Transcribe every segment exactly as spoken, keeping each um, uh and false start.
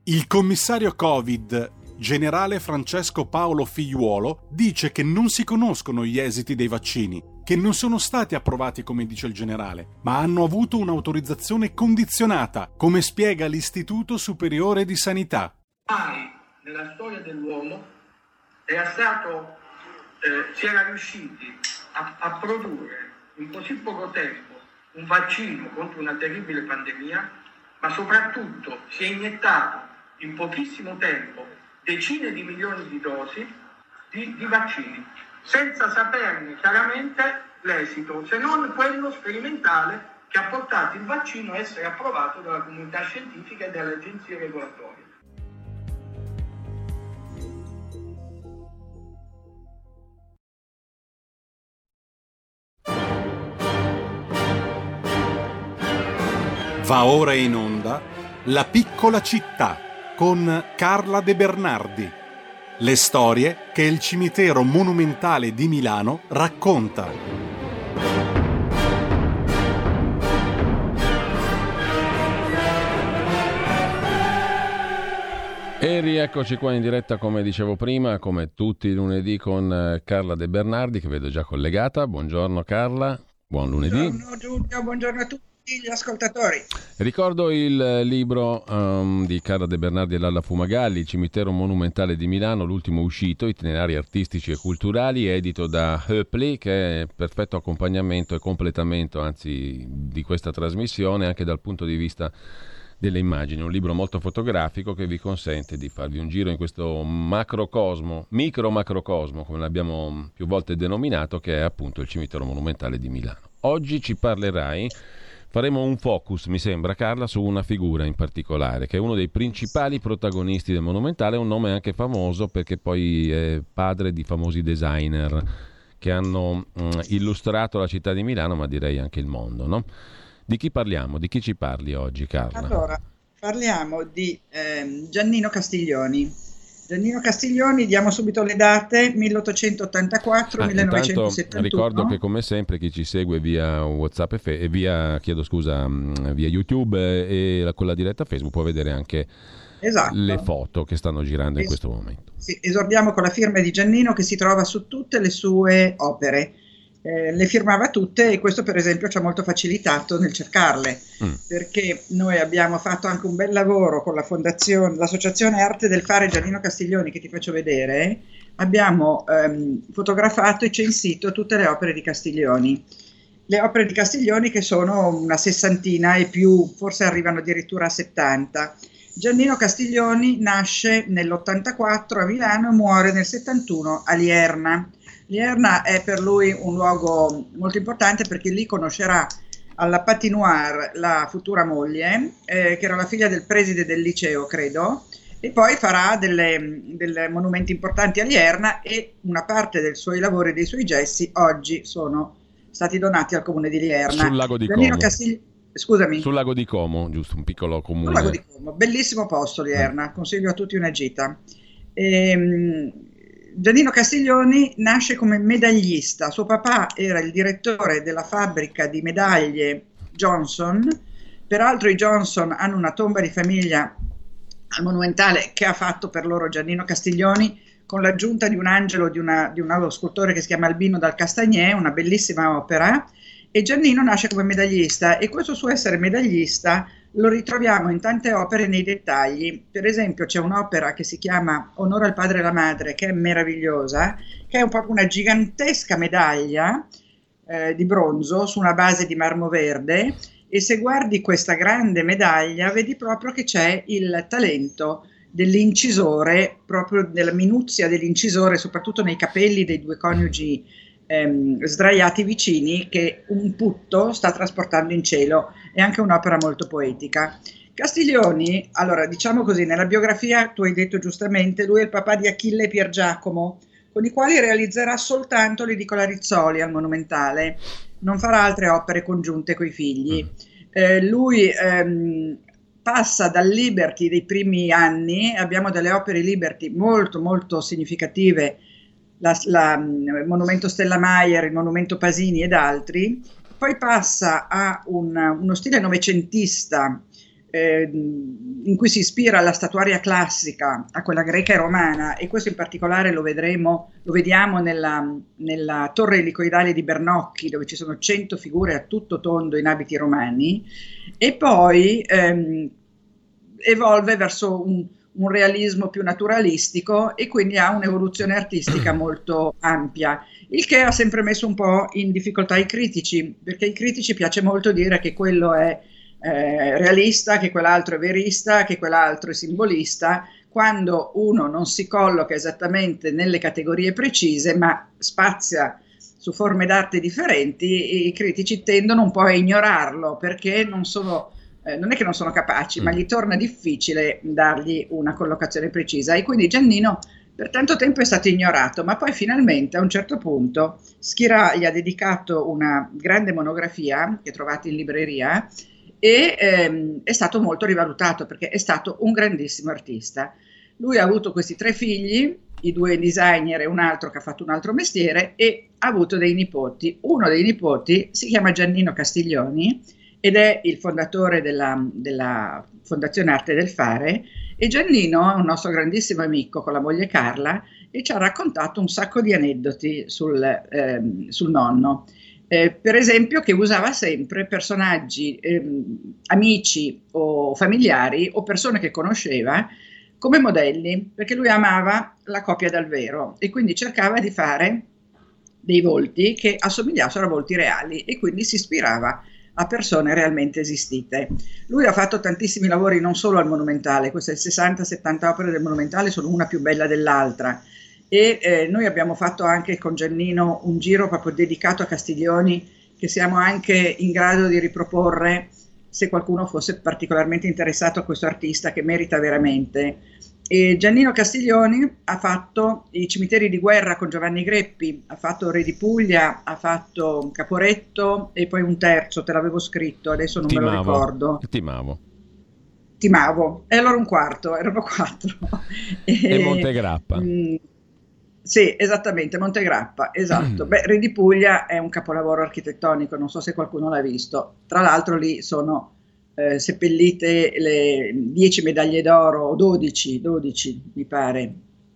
Il commissario Covid, generale Francesco Paolo Figliuolo, dice che non si conoscono gli esiti dei vaccini, che non sono stati approvati come dice il generale, ma hanno avuto un'autorizzazione condizionata, come spiega l'Istituto Superiore di Sanità. Mai nella storia dell'uomo era stato, eh, si era riusciti a, a produrre in così poco tempo un vaccino contro una terribile pandemia, ma soprattutto si è iniettato in pochissimo tempo decine di milioni di dosi di, di vaccini, senza saperne chiaramente l'esito, se non quello sperimentale che ha portato il vaccino a essere approvato dalla comunità scientifica e dalle agenzie regolatorie. Va ora in onda La piccola città con Carla De Bernardi. Le storie che il cimitero monumentale di Milano racconta. E rieccoci qua in diretta, come dicevo prima, come tutti i lunedì, con Carla De Bernardi, che vedo già collegata. Buongiorno Carla, buon lunedì. Buongiorno Giulio, buongiorno a tutti gli ascoltatori. Ricordo il libro um, di Carla De Bernardi e Lalla Fumagalli, Il cimitero monumentale di Milano, l'ultimo uscito, Itinerari artistici e culturali, edito da Hoepli, che è perfetto accompagnamento e completamento, anzi, di questa trasmissione, anche dal punto di vista delle immagini. Un libro molto fotografico che vi consente di farvi un giro in questo macrocosmo, micro macrocosmo, come l'abbiamo più volte denominato, che è appunto il cimitero monumentale di Milano. Oggi ci parlerai, faremo un focus, mi sembra Carla, su una figura in particolare, che è uno dei principali protagonisti del monumentale, un nome anche famoso perché poi è padre di famosi designer che hanno mh, illustrato la città di Milano, ma direi anche il mondo, no? Di chi parliamo? Di chi ci parli oggi, Carla? Allora, parliamo di eh, Giannino Castiglioni. Giannino Castiglioni, diamo subito le date, milleottocentottantaquattro millenovecentosettantuno. Ricordo che come sempre chi ci segue via WhatsApp e, fe- e via, chiedo scusa, via YouTube e, e con la diretta Facebook può vedere anche esatto. le foto che stanno girando in es- questo momento. Sì, esordiamo con la firma di Giannino, che si trova su tutte le sue opere. Eh, le firmava tutte, e questo per esempio ci ha molto facilitato nel cercarle, mm. perché noi abbiamo fatto anche un bel lavoro con la fondazione, l'associazione Arte del Fare Giannino Castiglioni, che ti faccio vedere. Abbiamo ehm, fotografato e censito tutte le opere di Castiglioni, le opere di Castiglioni che sono una sessantina e più, forse arrivano addirittura a settanta. Giannino Castiglioni nasce nell'ottantaquattro a Milano e muore nel settantuno a Lierna. Lierna è per lui un luogo molto importante perché lì conoscerà alla patinoire la futura moglie, eh, che era la figlia del preside del liceo, credo, e poi farà delle, delle monumenti importanti a Lierna, e una parte dei suoi lavori e dei suoi gessi oggi sono stati donati al comune di Lierna. Sul lago di Giannino Como. Castigli- Scusami. Sul lago di Como, giusto, un piccolo comune. Sul lago di Como, bellissimo posto Lierna, consiglio a tutti una gita. Ehm, Giannino Castiglioni nasce come medaglista. Suo papà era il direttore della fabbrica di medaglie Johnson. Peraltro i Johnson hanno una tomba di famiglia al Monumentale che ha fatto per loro Giannino Castiglioni, con l'aggiunta di un angelo di, una, di un nuovo scultore che si chiama Albino dal Castagnè, una bellissima opera. E Giannino nasce come medaglista, e questo suo essere medaglista lo ritroviamo in tante opere nei dettagli. Per esempio c'è un'opera che si chiama Onore al padre e alla madre, che è meravigliosa, che è un proprio una gigantesca medaglia eh, di bronzo su una base di marmo verde, e se guardi questa grande medaglia vedi proprio che c'è il talento dell'incisore, proprio della minuzia dell'incisore, soprattutto nei capelli dei due coniugi Ehm, sdraiati vicini, che un putto sta trasportando in cielo. È anche un'opera molto poetica. Castiglioni, allora diciamo così, nella biografia tu hai detto giustamente, lui è il papà di Achille e Pier Giacomo, con i quali realizzerà soltanto l'edicola Rizzoli al Monumentale, non farà altre opere congiunte coi figli. Eh, lui ehm, passa dal Liberty dei primi anni, abbiamo delle opere Liberty molto molto significative, La, la, il monumento Stella Mayer, il monumento Pasini ed altri, poi passa a un, uno stile novecentista eh, in cui si ispira alla statuaria classica, a quella greca e romana, e questo in particolare lo vedremo, lo vediamo nella, nella torre elicoidale di Bernocchi, dove ci sono cento figure a tutto tondo in abiti romani, e poi ehm, evolve verso un, un realismo più naturalistico e quindi ha un'evoluzione artistica molto ampia, il che ha sempre messo un po' in difficoltà i critici, perché ai critici piace molto dire che quello è eh, realista, che quell'altro è verista, che quell'altro è simbolista, quando uno non si colloca esattamente nelle categorie precise, ma spazia su forme d'arte differenti, i critici tendono un po' a ignorarlo, perché non sono... Eh, non è che non sono capaci, mm. ma gli torna difficile dargli una collocazione precisa, e quindi Giannino per tanto tempo è stato ignorato, ma poi finalmente a un certo punto Schirà gli ha dedicato una grande monografia che trovate in libreria e ehm, è stato molto rivalutato perché è stato un grandissimo artista. Lui ha avuto questi tre figli, i due designer e un altro che ha fatto un altro mestiere, e ha avuto dei nipoti. Uno dei nipoti si chiama Giannino Castiglioni ed è il fondatore della, della Fondazione Arte del Fare, e Giannino è un nostro grandissimo amico con la moglie Carla e ci ha raccontato un sacco di aneddoti sul, ehm, sul nonno. Eh, per esempio che usava sempre personaggi, ehm, amici o familiari o persone che conosceva come modelli, perché lui amava la copia dal vero e quindi cercava di fare dei volti che assomigliassero a volti reali, e quindi si ispirava a persone realmente esistite. Lui ha fatto tantissimi lavori non solo al Monumentale, queste sessanta settanta opere del Monumentale sono una più bella dell'altra, e eh, noi abbiamo fatto anche con Giannino un giro proprio dedicato a Castiglioni, che siamo anche in grado di riproporre se qualcuno fosse particolarmente interessato a questo artista che merita veramente. E Giannino Castiglioni ha fatto i cimiteri di guerra con Giovanni Greppi, ha fatto Re di Puglia, ha fatto Caporetto e poi un terzo, te l'avevo scritto, adesso non Timavo. me lo ricordo. Timavo. Timavo, e allora un quarto, erano quattro. E, e Montegrappa. Mh, sì, esattamente, Montegrappa, esatto. Beh, Re di Puglia è un capolavoro architettonico, non so se qualcuno l'ha visto. Tra l'altro lì sono Eh, seppellite le dieci medaglie d'oro, o dodici, dodici mi pare,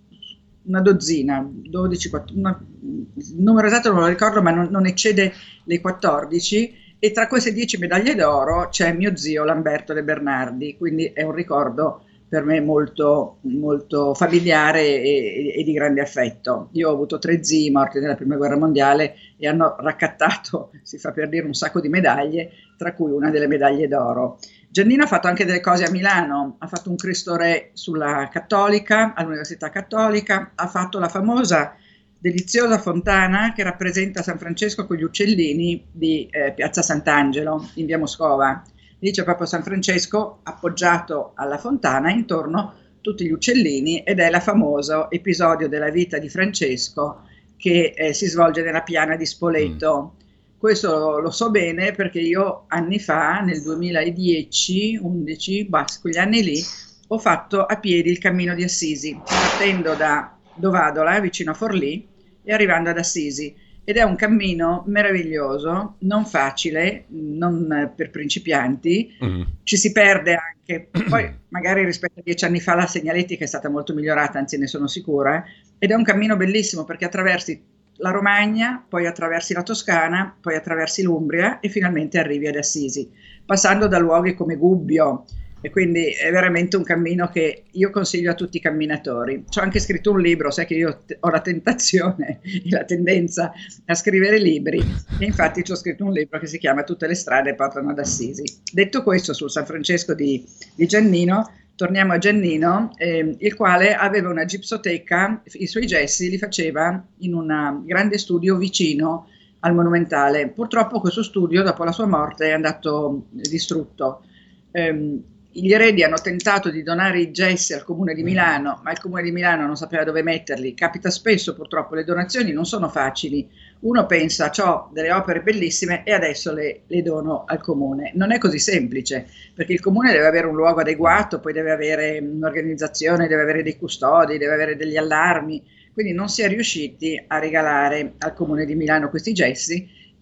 una dozzina, dodici, quattordici, una, il numero esatto non lo ricordo, ma non, non eccede le quattordici, e tra queste dieci medaglie d'oro c'è mio zio Lamberto De Bernardi, quindi è un ricordo per me molto, molto familiare e, e di grande affetto. Io ho avuto tre zii morti nella prima guerra mondiale e hanno raccattato, si fa per dire, un sacco di medaglie, tra cui una delle medaglie d'oro. Giannino ha fatto anche delle cose a Milano, ha fatto un Cristo Re sulla Cattolica, all'Università Cattolica, ha fatto la famosa deliziosa fontana che rappresenta San Francesco con gli uccellini di eh, Piazza Sant'Angelo in via Moscova. Lì c'è proprio San Francesco appoggiato alla fontana, intorno tutti gli uccellini, ed è il famoso episodio della vita di Francesco che eh, si svolge nella piana di Spoleto. Mm. Questo lo so bene perché io anni fa, nel duemiladieci undici, bah, quegli anni lì, ho fatto a piedi il cammino di Assisi, partendo da Dovadola, vicino a Forlì, e arrivando ad Assisi. Ed è un cammino meraviglioso, non facile, non per principianti, mm. ci si perde anche, poi magari rispetto a dieci anni fa la segnaletica è stata molto migliorata, anzi ne sono sicura, ed è un cammino bellissimo perché attraversi la Romagna, poi attraversi la Toscana, poi attraversi l'Umbria e finalmente arrivi ad Assisi, passando da luoghi come Gubbio, e quindi è veramente un cammino che io consiglio a tutti i camminatori. Ci ho anche scritto un libro, sai che io ho la tentazione e la tendenza a scrivere libri, e infatti ci ho scritto un libro che si chiama Tutte le strade portano ad Assisi. Detto questo, sul San Francesco di, di Giannino, torniamo a Giannino, eh, il quale aveva una gipsoteca, i suoi gessi li faceva in un grande studio vicino al Monumentale. Purtroppo questo studio, dopo la sua morte, è andato distrutto. Eh, Gli eredi hanno tentato di donare i gessi al Comune di Milano, ma il Comune di Milano non sapeva dove metterli. Capita spesso, purtroppo, le donazioni non sono facili. Uno pensa, ho delle opere bellissime e adesso le, le dono al Comune. Non è così semplice, perché il Comune deve avere un luogo adeguato, poi deve avere un'organizzazione, deve avere dei custodi, deve avere degli allarmi. Quindi non si è riusciti a regalare al Comune di Milano questi gessi.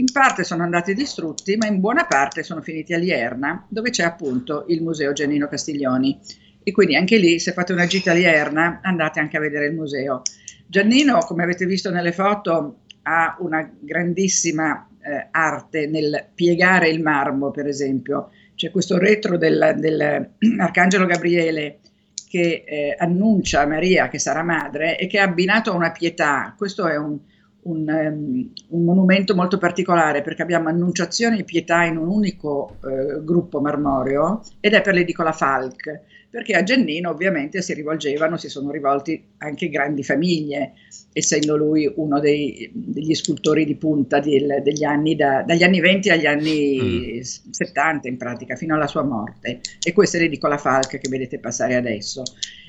in parte sono andati distrutti, ma in buona parte sono finiti a Lierna, dove c'è appunto il Museo Giannino Castiglioni. E quindi anche lì, se fate una gita a Lierna, andate anche a vedere il museo. Giannino, come avete visto nelle foto, ha una grandissima eh, arte nel piegare il marmo, per esempio. C'è questo retro del, dell'Arcangelo Gabriele che eh, annuncia a Maria che sarà madre e che è abbinato a una pietà. Questo è un, un, um, un monumento molto particolare, perché abbiamo annunciazione e pietà in un unico eh, gruppo marmoreo, ed è per l'edicola Falck, perché a Giannino ovviamente si rivolgevano, si sono rivolti anche grandi famiglie, essendo lui uno dei, degli scultori di punta del, degli anni da, dagli anni venti agli anni mm. settanta in pratica, fino alla sua morte. E questa è l'edicola Falck che vedete passare adesso.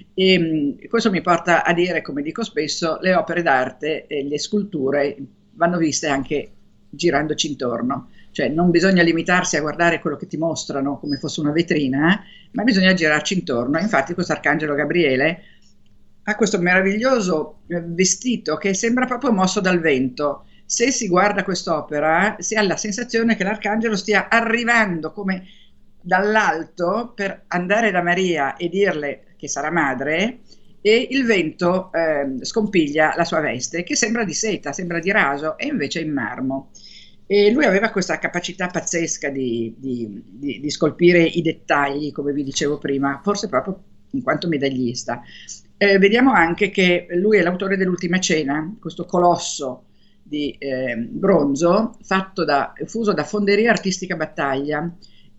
E questo mi porta a dire, come dico spesso, le opere d'arte e le sculture vanno viste anche girandoci intorno. Cioè non bisogna limitarsi a guardare quello che ti mostrano come fosse una vetrina, eh? Ma bisogna girarci intorno. Infatti questo Arcangelo Gabriele ha questo meraviglioso vestito che sembra proprio mosso dal vento. Se si guarda quest'opera si ha la sensazione che l'Arcangelo stia arrivando come dall'alto per andare da Maria e dirle che sarà madre, e il vento eh, scompiglia la sua veste, che sembra di seta, sembra di raso, e invece è in marmo. E lui aveva questa capacità pazzesca di, di, di, di scolpire i dettagli, come vi dicevo prima, forse proprio in quanto medaglista. Eh, vediamo anche che lui è l'autore dell'Ultima Cena, questo colosso di eh, bronzo fatto da, fuso da Fonderia Artistica Battaglia,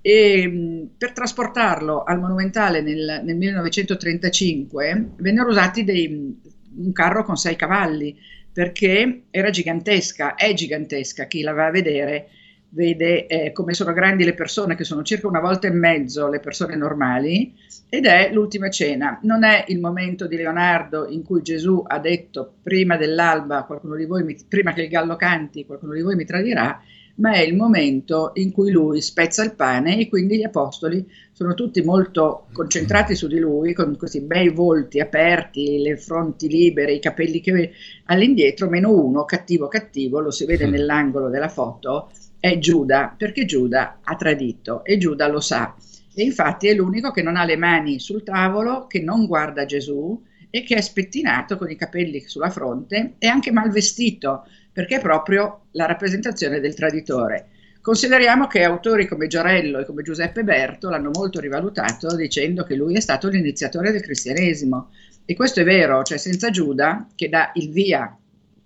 e mh, per trasportarlo al Monumentale nel, nel millenovecentotrentacinque vennero usati dei, un carro con sei cavalli, perché era gigantesca, è gigantesca. Chi la va a vedere vede eh, come sono grandi le persone, che sono circa una volta e mezzo le persone normali, ed è l'Ultima Cena. Non è il momento di Leonardo in cui Gesù ha detto prima dell'alba, qualcuno di voi mi, prima che il gallo canti, qualcuno di voi mi tradirà, ma è il momento in cui lui spezza il pane e quindi gli apostoli sono tutti molto concentrati su di lui, con questi bei volti aperti, le fronti libere, i capelli che all'indietro, meno uno, cattivo cattivo, lo si vede nell'angolo della foto, è Giuda, perché Giuda ha tradito e Giuda lo sa. E infatti è l'unico che non ha le mani sul tavolo, che non guarda Gesù e che è spettinato con i capelli sulla fronte e anche mal vestito, perché è proprio la rappresentazione del traditore. Consideriamo che autori come Giorello e come Giuseppe Berto l'hanno molto rivalutato, dicendo che lui è stato l'iniziatore del cristianesimo. E questo è vero, cioè senza Giuda, che dà il via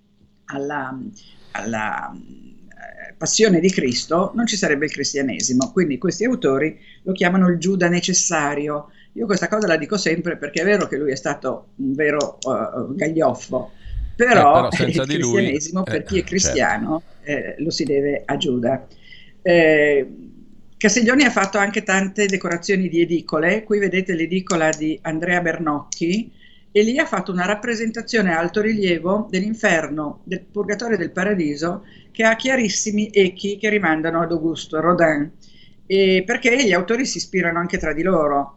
alla, alla eh, passione di Cristo, non ci sarebbe il cristianesimo. Quindi questi autori lo chiamano il Giuda necessario. Io questa cosa la dico sempre, perché è vero che lui è stato un vero uh, gaglioffo, però, eh, però il cristianesimo, lui, eh, per chi è cristiano, certo. eh, lo si deve a Giuda. Eh, Castiglioni ha fatto anche tante decorazioni di edicole. Qui vedete l'edicola di Andrea Bernocchi, e lì ha fatto una rappresentazione a alto rilievo dell'inferno, del purgatorio e del paradiso, che ha chiarissimi echi che rimandano ad Auguste Rodin, e perché gli autori si ispirano anche tra di loro.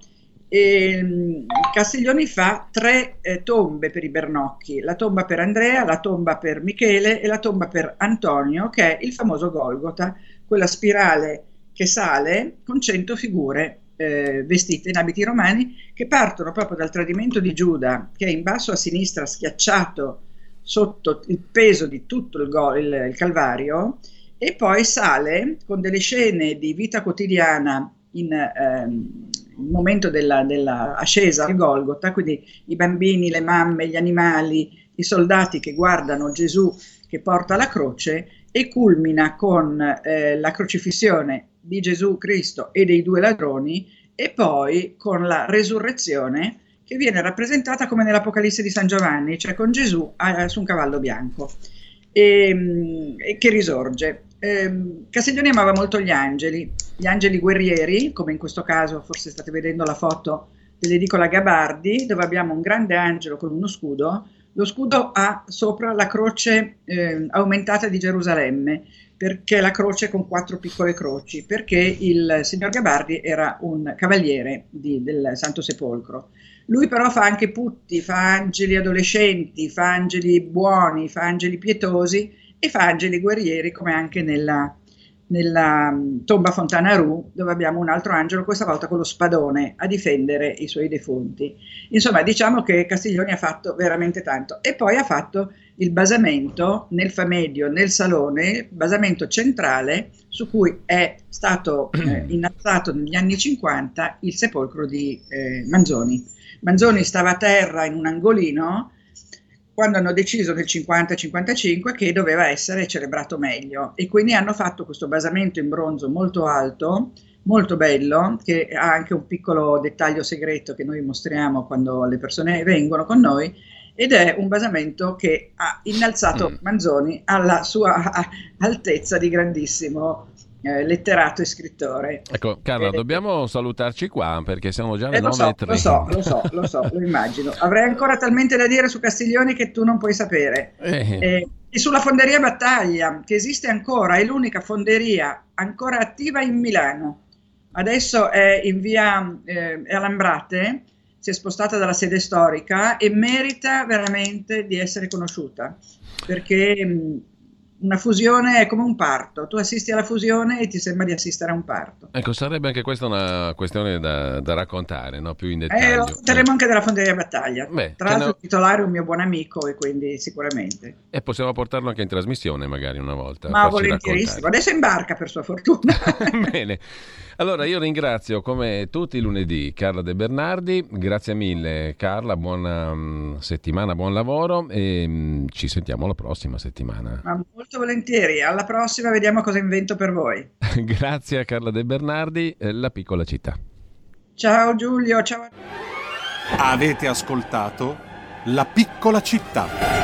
E Castiglioni fa tre eh, tombe per i Bernocchi: la tomba per Andrea, la tomba per Michele e la tomba per Antonio, che è il famoso Golgota, quella spirale che sale con cento figure eh, vestite in abiti romani, che partono proprio dal tradimento di Giuda, che è in basso a sinistra schiacciato sotto il peso di tutto il, go- il, il Calvario, e poi sale con delle scene di vita quotidiana in ehm, il momento della, della ascesa al Golgota, quindi i bambini, le mamme, gli animali, i soldati che guardano Gesù che porta la croce, e culmina con eh, la crocifissione di Gesù Cristo e dei due ladroni, e poi con la resurrezione, che viene rappresentata come nell'Apocalisse di San Giovanni, cioè con Gesù eh, su un cavallo bianco, e, e che risorge. Eh, Castiglioni amava molto gli angeli, gli angeli guerrieri, come in questo caso forse state vedendo la foto dell'edicola Gabardi, dove abbiamo un grande angelo con uno scudo. Lo scudo ha sopra la croce eh, aumentata di Gerusalemme, perché la croce con quattro piccole croci, perché il signor Gabardi era un cavaliere di, del Santo Sepolcro. Lui però fa anche putti, fa angeli adolescenti, fa angeli buoni, fa angeli pietosi, e fa angeli guerrieri, come anche nella, nella tomba Fontanaroux, dove abbiamo un altro angelo, questa volta con lo spadone, a difendere i suoi defunti. Insomma, diciamo che Castiglioni ha fatto veramente tanto. E poi ha fatto il basamento nel Famedio, nel Salone, basamento centrale su cui è stato eh, innalzato negli anni cinquanta il sepolcro di eh, Manzoni. Manzoni stava a terra in un angolino quando hanno deciso nel cinquanta cinquantacinque che doveva essere celebrato meglio, e quindi hanno fatto questo basamento in bronzo molto alto, molto bello, che ha anche un piccolo dettaglio segreto che noi mostriamo quando le persone vengono con noi, ed è un basamento che ha innalzato Manzoni alla sua altezza di grandissimo eh, letterato e scrittore. Ecco, Carla, eh, dobbiamo salutarci qua perché siamo già alle eh, lo nove e so, lo so, lo so, lo so, lo immagino. Avrei ancora talmente da dire su Castiglioni che tu non puoi sapere. Eh. Eh, e sulla Fonderia Battaglia, che esiste ancora, è l'unica fonderia ancora attiva in Milano. Adesso è in via eh, Alambrate, si è spostata dalla sede storica e merita veramente di essere conosciuta, perché mh, una fusione è come un parto, tu assisti alla fusione e ti sembra di assistere a un parto. Ecco, sarebbe anche questa una questione da, da raccontare, no? Più in Eh, dettaglio. lo racconteremo Eh. anche della Fonderia Battaglia. Beh, Tra l'altro ne- il titolare è un mio buon amico e quindi sicuramente. E possiamo portarlo anche in trasmissione magari una volta. Ma farci volentierissimo, raccontare. adesso imbarca per sua fortuna. Bene, allora io ringrazio come tutti i lunedì Carla De Bernardi, grazie mille Carla, buona um, settimana, buon lavoro e um, ci sentiamo la prossima settimana. Ma molto volentieri, alla prossima vediamo cosa invento per voi. Grazie a Carla De Bernardi, eh, La piccola città. Ciao Giulio, ciao a tutti. Avete ascoltato La piccola città.